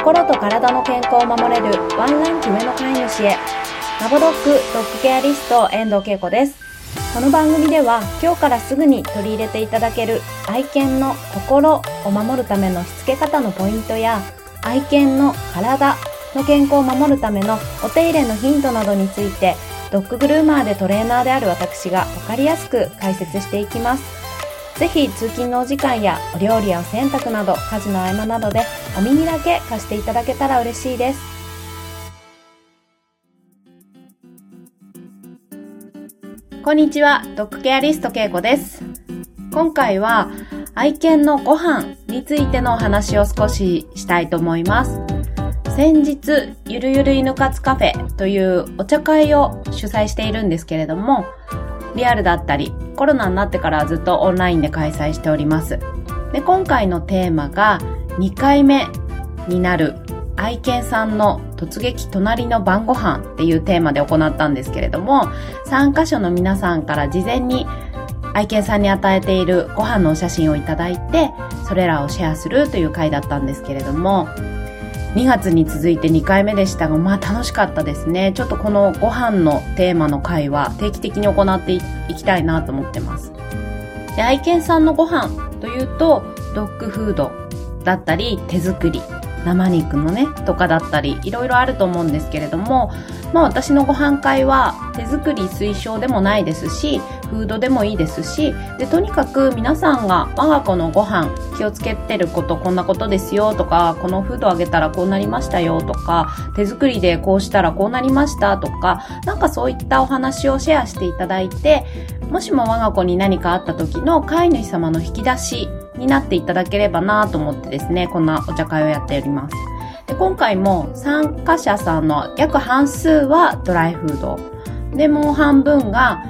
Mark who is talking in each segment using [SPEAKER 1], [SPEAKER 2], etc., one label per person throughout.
[SPEAKER 1] 心と体の健康を守れるワンランク上の飼い主へ。ラボドッグドッグケアリスト遠藤恵子です。この番組では今日からすぐに取り入れていただける愛犬の心を守るためのしつけ方のポイントや、愛犬の体の健康を守るためのお手入れのヒントなどについて、ドッググルーマーでトレーナーである私が分かりやすく解説していきます。ぜひ通勤のお時間やお料理やお洗濯など家事の合間などでお耳だけ貸していただけたら嬉しいです。こんにちは、ドッグケアリスト恵子です。今回は愛犬のご飯についてのお話を少ししたいと思います。先日、ゆるゆる犬活カフェというお茶会を主催しているんですけれども、リアルだったりコロナになってからずっとオンラインで開催しております。で、今回のテーマが2回目になる愛犬さんの突撃隣の晩ご飯っていうテーマで行ったんですけれども、参加者の皆さんから事前に愛犬さんに与えているご飯のお写真をいただいて、それらをシェアするという回だったんですけれども、2月に続いて2回目でしたが、楽しかったですね。ちょっとこのご飯のテーマの回は定期的に行っていきたいなと思ってます。で、愛犬さんのご飯というと、ドッグフードだったり、手作り、生肉のね、とかだったり、いろいろあると思うんですけれども、私のご飯会は手作り推奨でもないですし、フードでもいいですし、で、とにかく皆さんが我が子のご飯気をつけてること、こんなことですよとか、このフードあげたらこうなりましたよとか、手作りでこうしたらこうなりましたとか、そういったお話をシェアしていただいて、もしも我が子に何かあった時の飼い主様の引き出しになっていただければなと思ってですね、こんなお茶会をやっております。で、今回も参加者さんの約半数はドライフードで、もう半分が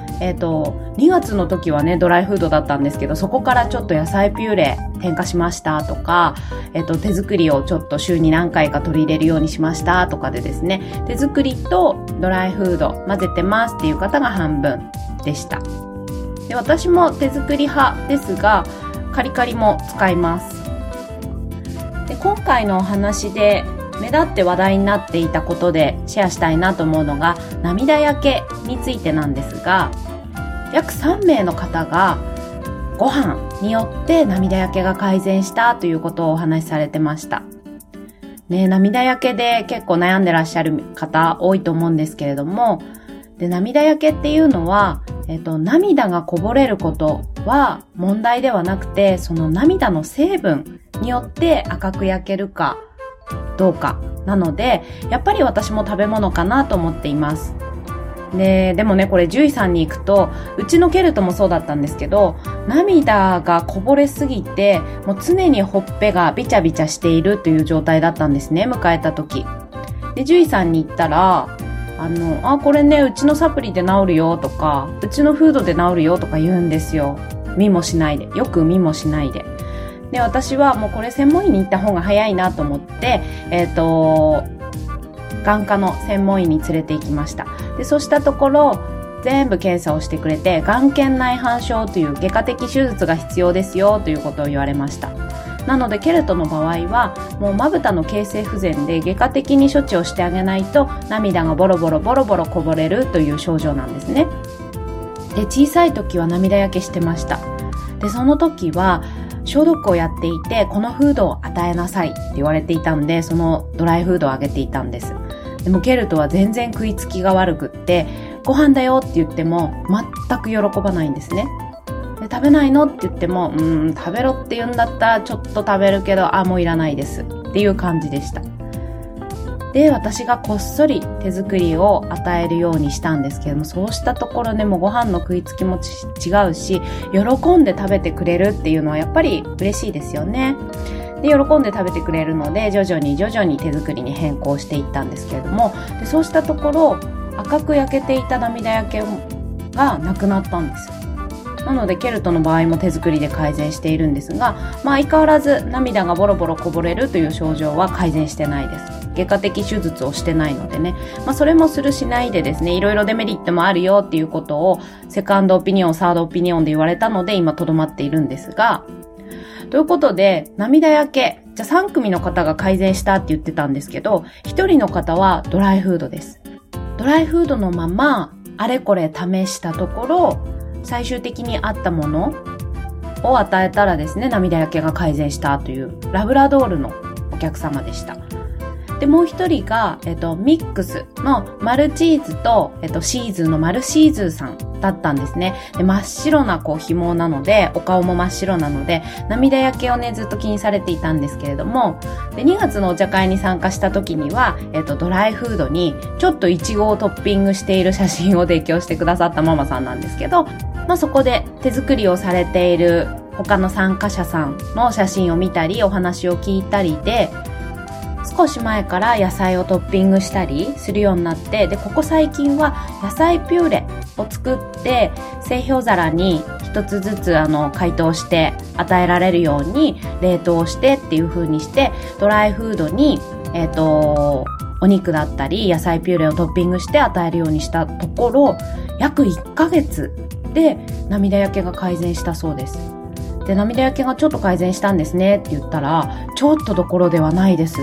[SPEAKER 1] 2月の時はねドライフードだったんですけど、そこからちょっと野菜ピューレ添加しましたとか、手作りをちょっと週に何回か取り入れるようにしましたとかでですね、手作りとドライフード混ぜてますっていう方が半分でした。で、私も手作り派ですが、カリカリも使います。で、今回のお話で目立って話題になっていたことでシェアしたいなと思うのが、涙焼けについてなんですが、約3名の方がご飯によって涙焼けが改善したということをお話しされてました。ね、涙焼けで結構悩んでらっしゃる方多いと思うんですけれども、で、涙焼けっていうのは、涙がこぼれることは問題ではなくて、その涙の成分によって赤く焼けるかどうかなので、やっぱり私も食べ物かなと思っています。でもね、これ獣医さんに行くと、うちのケルトもそうだったんですけど、涙がこぼれすぎて、もう常にほっぺがビチャビチャしているという状態だったんですね、迎えた時。で、獣医さんに行ったら、これね、うちのサプリで治るよとか、うちのフードで治るよとか言うんですよ。見もしないで。よく見もしないで。で、私はもうこれ専門医に行った方が早いなと思って、眼科の専門医に連れて行きました。で、そうしたところ、全部検査をしてくれて、眼瞼内反症という外科的手術が必要ですよということを言われました。なので、ケルトの場合は、もうまぶたの形成不全で外科的に処置をしてあげないと、涙がボロボロこぼれるという症状なんですね。で、小さい時は涙焼けしてました。で、その時は、消毒をやっていて、このフードを与えなさいって言われていたんで、そのドライフードをあげていたんです。でもケルトは全然食いつきが悪くって、ご飯だよって言っても全く喜ばないんですね。で、食べないのって言っても、食べろって言うんだったらちょっと食べるけど、もういらないですっていう感じでした。で、私がこっそり手作りを与えるようにしたんですけども、そうしたところね、もうご飯の食いつきも違うし、喜んで食べてくれるっていうのはやっぱり嬉しいですよね。で、喜んで食べてくれるので、徐々に手作りに変更していったんですけれども、で、そうしたところ、赤く焼けていた涙焼けがなくなったんですよ。なので、ケルトの場合も手作りで改善しているんですが、相変わらず涙がボロボロこぼれるという症状は改善してないです。外科的手術をしてないのでね。それもするしないでですね、いろいろデメリットもあるよっていうことを、セカンドオピニオン、サードオピニオンで言われたので、今とどまっているんですが、ということで、涙焼け、 じゃあ3組の方が改善したって言ってたんですけど、1人の方はドライフードです。ドライフードのままあれこれ試したところ、最終的に合ったものを与えたらですね、涙焼けが改善したというラブラドールのお客様でした。で、もう一人が、ミックスのマルチーズと、シーズーのマルシーズーさんだったんですね。で、真っ白な紐なので、お顔も真っ白なので、涙焼けをね、ずっと気にされていたんですけれども、で、2月のお茶会に参加した時には、ドライフードにちょっとイチゴをトッピングしている写真を提供してくださったママさんなんですけど、そこで手作りをされている他の参加者さんの写真を見たり、お話を聞いたりで、少し前から野菜をトッピングしたりするようになって、で、ここ最近は野菜ピューレを作って製氷皿に一つずつ解凍して与えられるように冷凍してっていう風にして、ドライフードにお肉だったり野菜ピューレをトッピングして与えるようにしたところ、約1ヶ月で涙焼けが改善したそうです。で、涙焼けがちょっと改善したんですねって言ったら、ちょっとどころではないですって、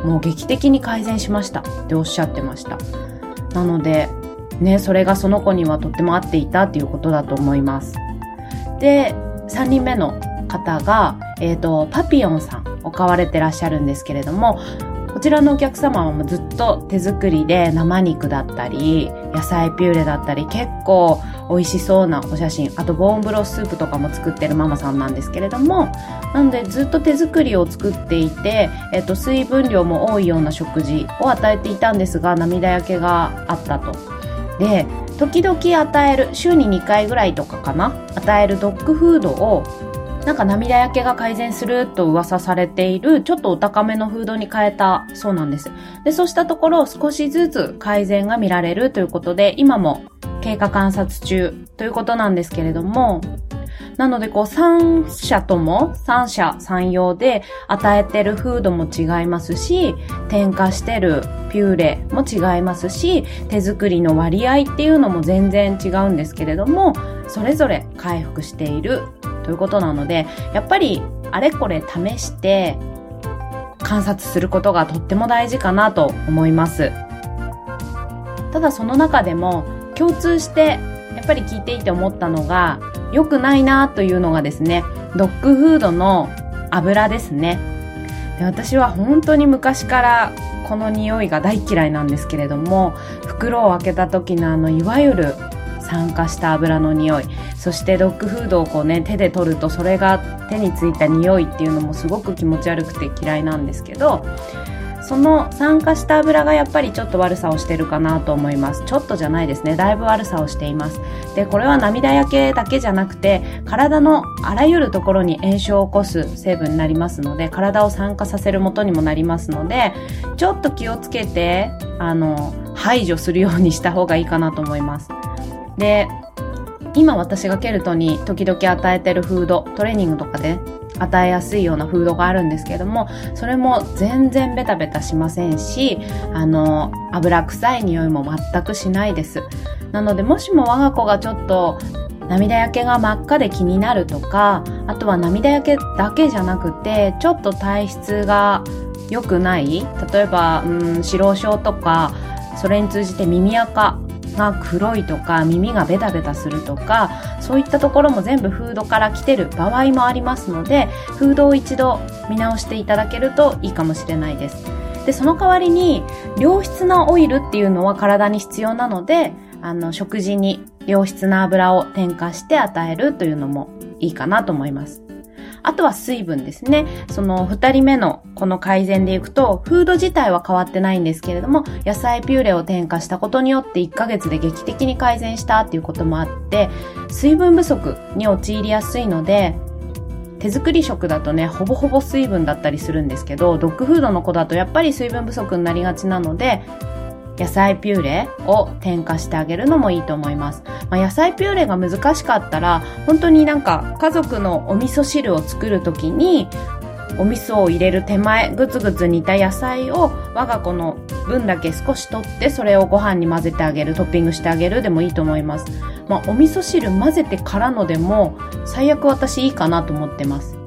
[SPEAKER 1] もう劇的に改善しましたっておっしゃってました。なのでね、それがその子にはとっても合っていたっていうことだと思います。で、3人目の方が、パピヨンさんを買われてらっしゃるんですけれども、こちらのお客様はもうずっと手作りで生肉だったり野菜ピューレだったり結構美味しそうなお写真、あとボーンブロススープとかも作ってるママさんなんですけれども、なのでずっと手作りを作っていて、水分量も多いような食事を与えていたんですが、涙焼けがあったと。で、時々与える、週に2回ぐらいとかかな、与えるドッグフードをなんか涙焼けが改善すると噂されているちょっとお高めのフードに変えたそうなんです。で、そうしたところ少しずつ改善が見られるということで、今も経過観察中ということなんですけれども、なので3社とも三者三様で与えてるフードも違いますし、添加してるピューレも違いますし、手作りの割合っていうのも全然違うんですけれども、それぞれ回復しているということなので、やっぱりあれこれ試して観察することがとっても大事かなと思います。ただその中でも共通してやっぱり聞いていて思ったのが、良くないなというのがですね、ドッグフードの油ですね。で、私は本当に昔からこの匂いが大嫌いなんですけれども、袋を開けた時のいわゆる酸化した油の匂い、そしてドッグフードを手で取るとそれが手についた匂いっていうのもすごく気持ち悪くて嫌いなんですけど、その酸化した油がやっぱりちょっと悪さをしてるかなと思います。ちょっとじゃないですね、だいぶ悪さをしています。で、これは涙焼けだけじゃなくて体のあらゆるところに炎症を起こす成分になりますので、体を酸化させる元にもなりますので、ちょっと気をつけて排除するようにした方がいいかなと思います。で、今私がケルトに時々与えてるフード、トレーニングとかで与えやすいようなフードがあるんですけれども、それも全然ベタベタしませんし、油臭い匂いも全くしないです。なので、もしも我が子がちょっと涙焼けが真っ赤で気になるとか、あとは涙焼けだけじゃなくてちょっと体質が良くない、例えば脂肪症とか、それに通じて耳垢が黒いとか耳がベタベタするとか、そういったところも全部フードから来てる場合もありますので、フードを一度見直していただけるといいかもしれないです。で、その代わりに良質なオイルっていうのは体に必要なので、食事に良質な油を添加して与えるというのもいいかなと思います。あとは水分ですね。その2人目のこの改善でいくと、フード自体は変わってないんですけれども、野菜ピューレを添加したことによって1ヶ月で劇的に改善したっていうこともあって、水分不足に陥りやすいので、手作り食だとね、ほぼほぼ水分だったりするんですけど、ドッグフードの子だとやっぱり水分不足になりがちなので、野菜ピューレを添加してあげるのもいいと思います。野菜ピューレが難しかったら、本当に家族のお味噌汁を作るときに、お味噌を入れる手前、ぐつぐつ煮た野菜を我が子の分だけ少し取って、それをご飯に混ぜてあげる、トッピングしてあげるでもいいと思います。お味噌汁混ぜてからのでも、最悪私いいかなと思ってます。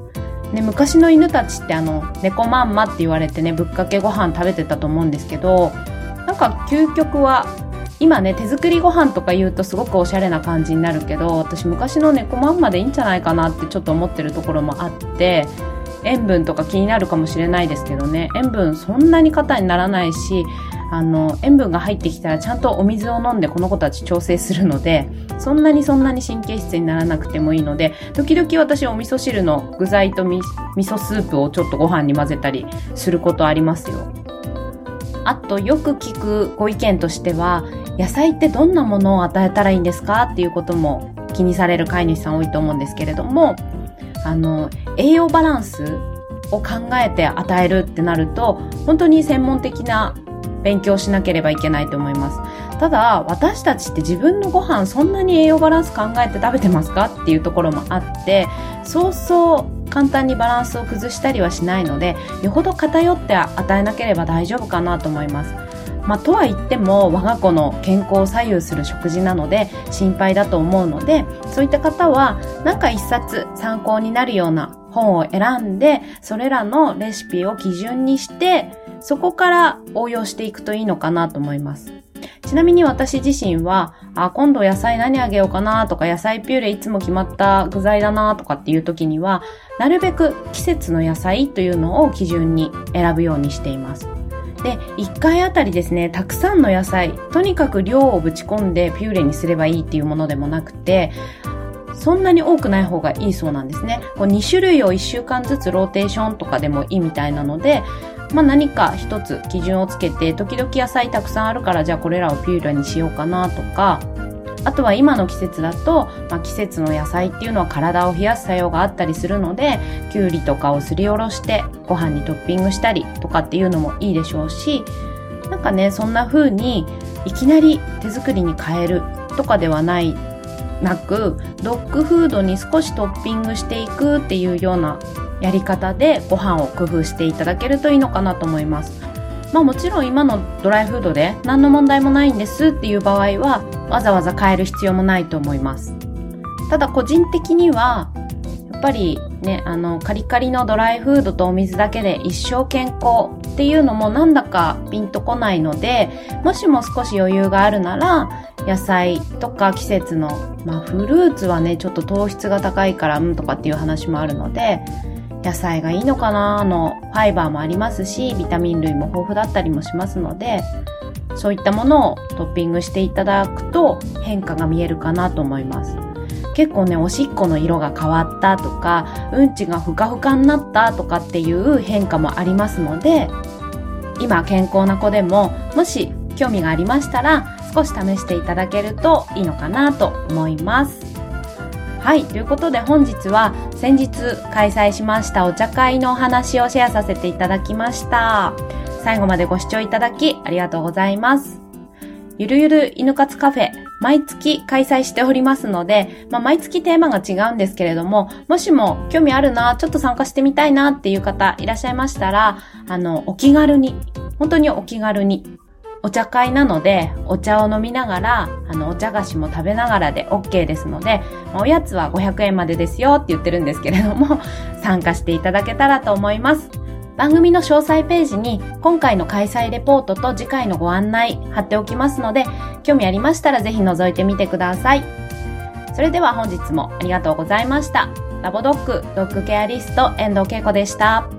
[SPEAKER 1] ね、昔の犬たちって猫まんまって言われてね、ぶっかけご飯食べてたと思うんですけど、なんか究極は、今ね、手作りご飯とか言うとすごくおしゃれな感じになるけど、私昔の猫まんまでいいんじゃないかなってちょっと思ってるところもあって、塩分とか気になるかもしれないですけどね、塩分そんなに過にならないし、塩分が入ってきたらちゃんとお水を飲んでこの子たち調整するので、そんなに神経質にならなくてもいいので、時々私お味噌汁の具材と味噌スープをちょっとご飯に混ぜたりすることありますよ。あとよく聞くご意見としては、野菜ってどんなものを与えたらいいんですかっていうことも気にされる飼い主さん多いと思うんですけれども、栄養バランスを考えて与えるってなると、本当に専門的な勉強しなければいけないと思います。ただ私たちって自分のご飯そんなに栄養バランス考えて食べてますかっていうところもあって、そうそう簡単にバランスを崩したりはしないので、よほど偏って与えなければ大丈夫かなと思います。とは言っても我が子の健康を左右する食事なので心配だと思うので、そういった方はなんか一冊参考になるような本を選んで、それらのレシピを基準にしてそこから応用していくといいのかなと思います。ちなみに私自身は今度野菜何あげようかなとか、野菜ピューレいつも決まった具材だなとかっていう時には、なるべく季節の野菜というのを基準に選ぶようにしています。で、1回あたりですね、たくさんの野菜、とにかく量をぶち込んでピューレにすればいいっていうものでもなくて、そんなに多くない方がいいそうなんですね。2種類を1週間ずつローテーションとかでもいいみたいなので、何か一つ基準をつけて、時々野菜たくさんあるからじゃあこれらをピューレにしようかなとか、あとは今の季節だと、季節の野菜っていうのは体を冷やす作用があったりするので、きゅうりとかをすりおろしてご飯にトッピングしたりとかっていうのもいいでしょうし、なんかね、そんな風にいきなり手作りに変えるとかではなく、ドッグフードに少しトッピングしていくっていうようなやり方でご飯を工夫していただけるといいのかなと思います。もちろん今のドライフードで何の問題もないんですっていう場合はわざわざ変える必要もないと思います。ただ個人的にはやっぱりね、カリカリのドライフードとお水だけで一生健康っていうのもなんだかピンとこないので、もしも少し余裕があるなら野菜とか季節の、フルーツはねちょっと糖質が高いからとかっていう話もあるので、野菜がいいのかな。ファイバーもありますし、ビタミン類も豊富だったりもしますので、そういったものをトッピングしていただくと変化が見えるかなと思います。結構ね、おしっこの色が変わったとか、うんちがふかふかになったとかっていう変化もありますので、今健康な子でももし興味がありましたら少し試していただけるといいのかなと思います。はい、ということで本日は先日開催しましたお茶会のお話をシェアさせていただきました。最後までご視聴いただきありがとうございます。ゆるゆる犬活カフェ、毎月開催しておりますので、毎月テーマが違うんですけれども、もしも興味あるな、ちょっと参加してみたいなっていう方いらっしゃいましたら、お気軽に、本当にお気軽に、お茶会なのでお茶を飲みながらお茶菓子も食べながらで OK ですので、おやつは500円までですよって言ってるんですけれども参加していただけたらと思います。番組の詳細ページに今回の開催レポートと次回のご案内貼っておきますので、興味ありましたらぜひ覗いてみてください。それでは本日もありがとうございました。ラボドッグドッグケアリスト遠藤恵子でした。